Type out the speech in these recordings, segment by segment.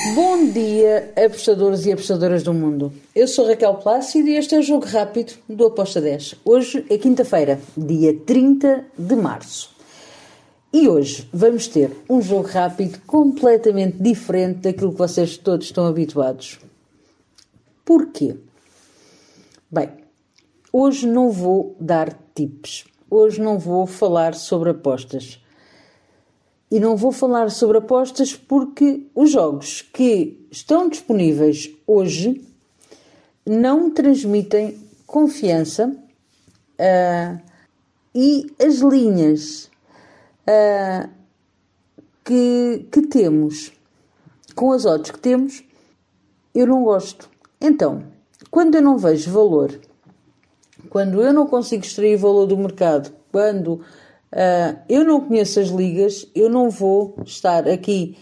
Bom dia, apostadores e apostadoras do mundo. Eu sou Raquel Plácido e este é o Jogo Rápido do Aposta 10. Hoje é quinta-feira, dia 30 de março. E hoje vamos ter um jogo rápido completamente diferente daquilo que vocês todos estão habituados. Porquê? Bem, hoje não vou dar tips. Hoje não vou falar sobre apostas. E não vou falar sobre apostas porque os jogos que estão disponíveis hoje não transmitem confiança e as linhas que temos, com as odds que temos, eu não gosto. Então, quando eu não vejo valor, quando eu não consigo extrair valor do mercado, quando eu não conheço as ligas, eu não vou estar aqui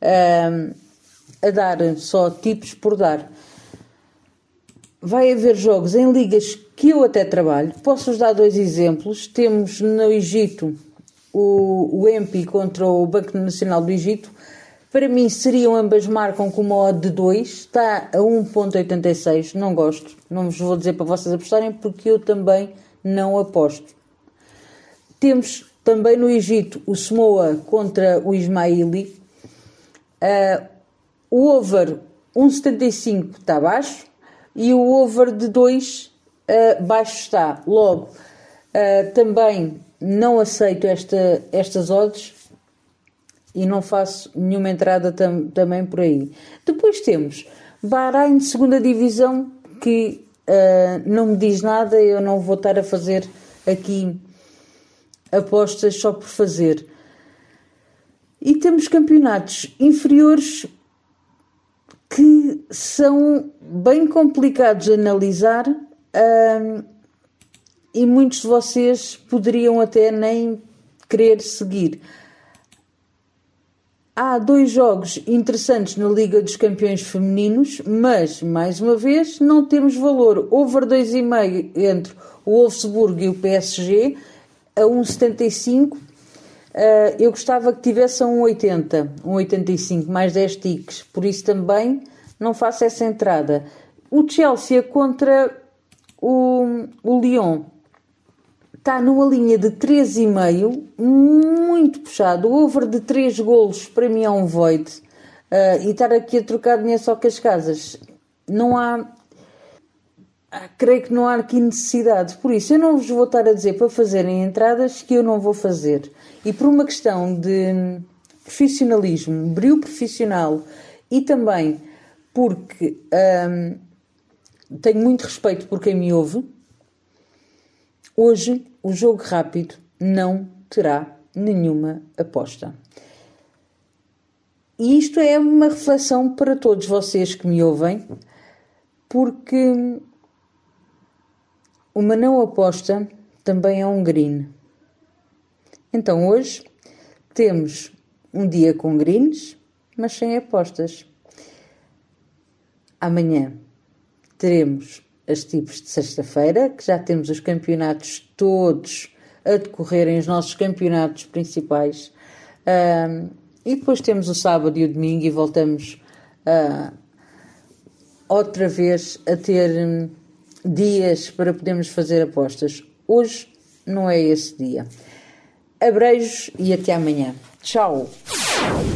a dar só tips por dar. Vai haver jogos em ligas que eu até trabalho. Posso-vos dar dois exemplos. Temos no Egito o EMPI contra o Banco Nacional do Egito. Para mim seriam ambas marcam com uma odd de 2. Está a 1.86. Não gosto. Não vos vou dizer para vocês apostarem porque eu também não aposto. Temos também no Egito o Samoa contra o Ismaili. O over 1.75 está baixo e o over de 2 baixo está. Logo, também não aceito estas odds e não faço nenhuma entrada também por aí. Depois temos Bahrein de segunda divisão que não me diz nada, eu não vou estar a fazer aqui apostas só por fazer. E temos campeonatos inferiores que são bem complicados de analisar e muitos de vocês poderiam até nem querer seguir. Há 2 jogos interessantes na Liga dos Campeões Femininos, mas, mais uma vez, não temos valor. Over 2,5 entre o Wolfsburg e o PSG, a 1,75. Eu gostava que tivesse a 1,80, 1,85, mais 10 tiques. Por isso também não faço essa entrada. O Chelsea contra o Lyon está numa linha de 3,5, muito puxado. O over de 3 golos para mim é um void. E estar aqui a trocar dinheiro só com as casas, não há... creio que não há aqui necessidade. Por isso eu não vos vou estar a dizer para fazerem entradas que eu não vou fazer. E por uma questão de profissionalismo, brio profissional e também porque tenho muito respeito por quem me ouve, hoje o jogo rápido não terá nenhuma aposta. E isto é uma reflexão para todos vocês que me ouvem, porque uma não aposta também é um green. Então hoje temos um dia com greens, mas sem apostas. Amanhã teremos as tipos de sexta-feira, que já temos os campeonatos todos a decorrerem, os nossos campeonatos principais. E depois temos o sábado e o domingo e voltamos outra vez a ter dias para podermos fazer apostas. Hoje não é esse dia. Abreijos e até amanhã. Tchau!